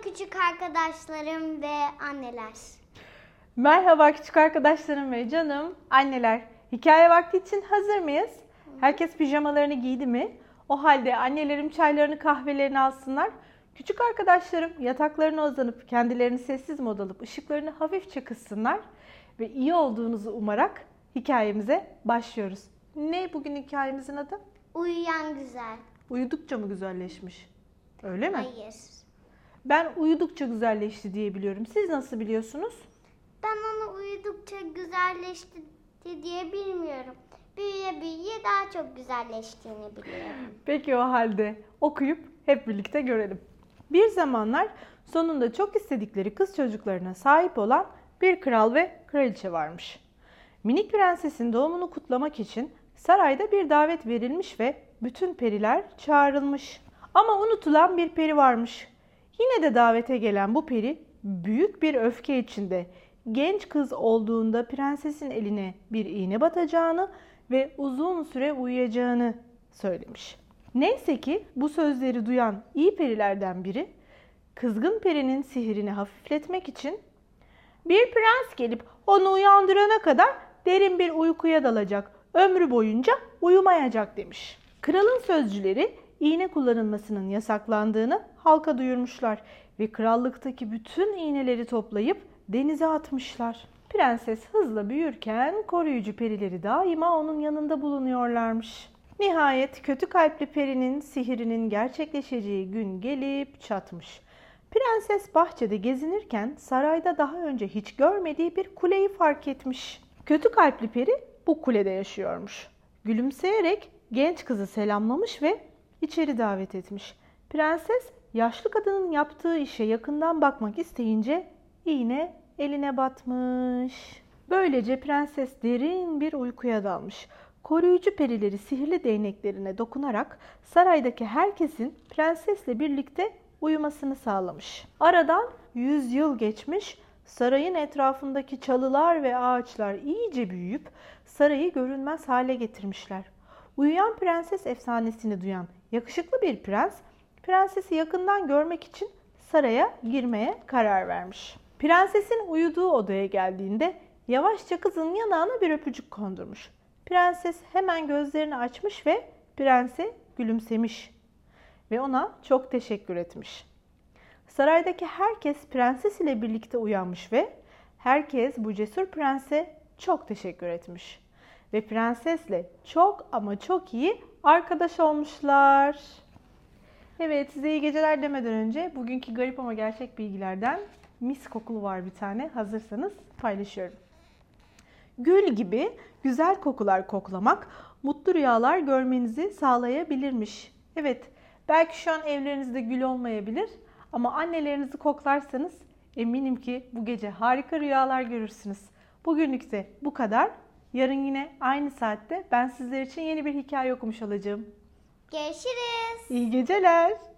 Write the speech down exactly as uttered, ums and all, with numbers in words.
küçük arkadaşlarım ve anneler. Merhaba küçük arkadaşlarım ve canım anneler. Hikaye vakti için hazır mıyız? Herkes pijamalarını giydi mi? O halde annelerim çaylarını kahvelerini alsınlar. Küçük arkadaşlarım yataklarına uzanıp kendilerini sessiz mod alıp ışıklarını hafifçe kıssınlar. Ve iyi olduğunuzu umarak hikayemize başlıyoruz. Ne bugün hikayemizin adı? Uyuyan güzel. Uyudukça mı güzelleşmiş? Öyle mi? Hayır. Ben uyudukça güzelleşti diye biliyorum. Siz nasıl biliyorsunuz? Ben onu uyudukça güzelleşti diye bilmiyorum. Büyüye büyüye daha çok güzelleştiğini biliyorum. Peki o halde okuyup hep birlikte görelim. Bir zamanlar sonunda çok istedikleri kız çocuklarına sahip olan bir kral ve kraliçe varmış. Minik prensesin doğumunu kutlamak için sarayda bir davet verilmiş ve bütün periler çağrılmış. Ama unutulan bir peri varmış. Yine de davete gelen bu peri büyük bir öfke içinde genç kız olduğunda prensesin eline bir iğne batacağını ve uzun süre uyuyacağını söylemiş. Neyse ki bu sözleri duyan iyi perilerden biri kızgın perinin sihirini hafifletmek için bir prens gelip onu uyandırana kadar derin bir uykuya dalacak, ömrü boyunca uyumayacak demiş. Kralın sözcüleri iğne kullanılmasının yasaklandığını halka duyurmuşlar ve krallıktaki bütün iğneleri toplayıp denize atmışlar. Prenses hızla büyürken koruyucu perileri daima onun yanında bulunuyorlarmış. Nihayet kötü kalpli perinin sihirinin gerçekleşeceği gün gelip çatmış. Prenses bahçede gezinirken sarayda daha önce hiç görmediği bir kuleyi fark etmiş. Kötü kalpli peri bu kulede yaşıyormuş. Gülümseyerek genç kızı selamlamış ve içeri davet etmiş. Prenses yaşlı kadının yaptığı işe yakından bakmak isteyince iğne eline batmış. Böylece prenses derin bir uykuya dalmış. Koruyucu perileri sihirli değneklerine dokunarak saraydaki herkesin prensesle birlikte uyumasını sağlamış. Aradan yüz yıl geçmiş, sarayın etrafındaki çalılar ve ağaçlar iyice büyüyüp sarayı görünmez hale getirmişler. Uyuyan prenses efsanesini duyan yakışıklı bir prens, prensesi yakından görmek için saraya girmeye karar vermiş. Prensesin uyuduğu odaya geldiğinde yavaşça kızın yanağına bir öpücük kondurmuş. Prenses hemen gözlerini açmış ve prense gülümsemiş ve ona çok teşekkür etmiş. Saraydaki herkes prenses ile birlikte uyanmış ve herkes bu cesur prense çok teşekkür etmiş. Ve prensesle çok ama çok iyi arkadaş olmuşlar. Evet, size iyi geceler demeden önce bugünkü garip ama gerçek bilgilerden mis kokulu var bir tane. Hazırsanız paylaşıyorum. Gül gibi güzel kokular koklamak mutlu rüyalar görmenizi sağlayabilirmiş. Evet, belki şu an evlerinizde gül olmayabilir ama annelerinizi koklarsanız eminim ki bu gece harika rüyalar görürsünüz. Bugünlük de bu kadar. Yarın yine aynı saatte ben sizler için yeni bir hikaye okumuş olacağım. Görüşürüz. İyi geceler.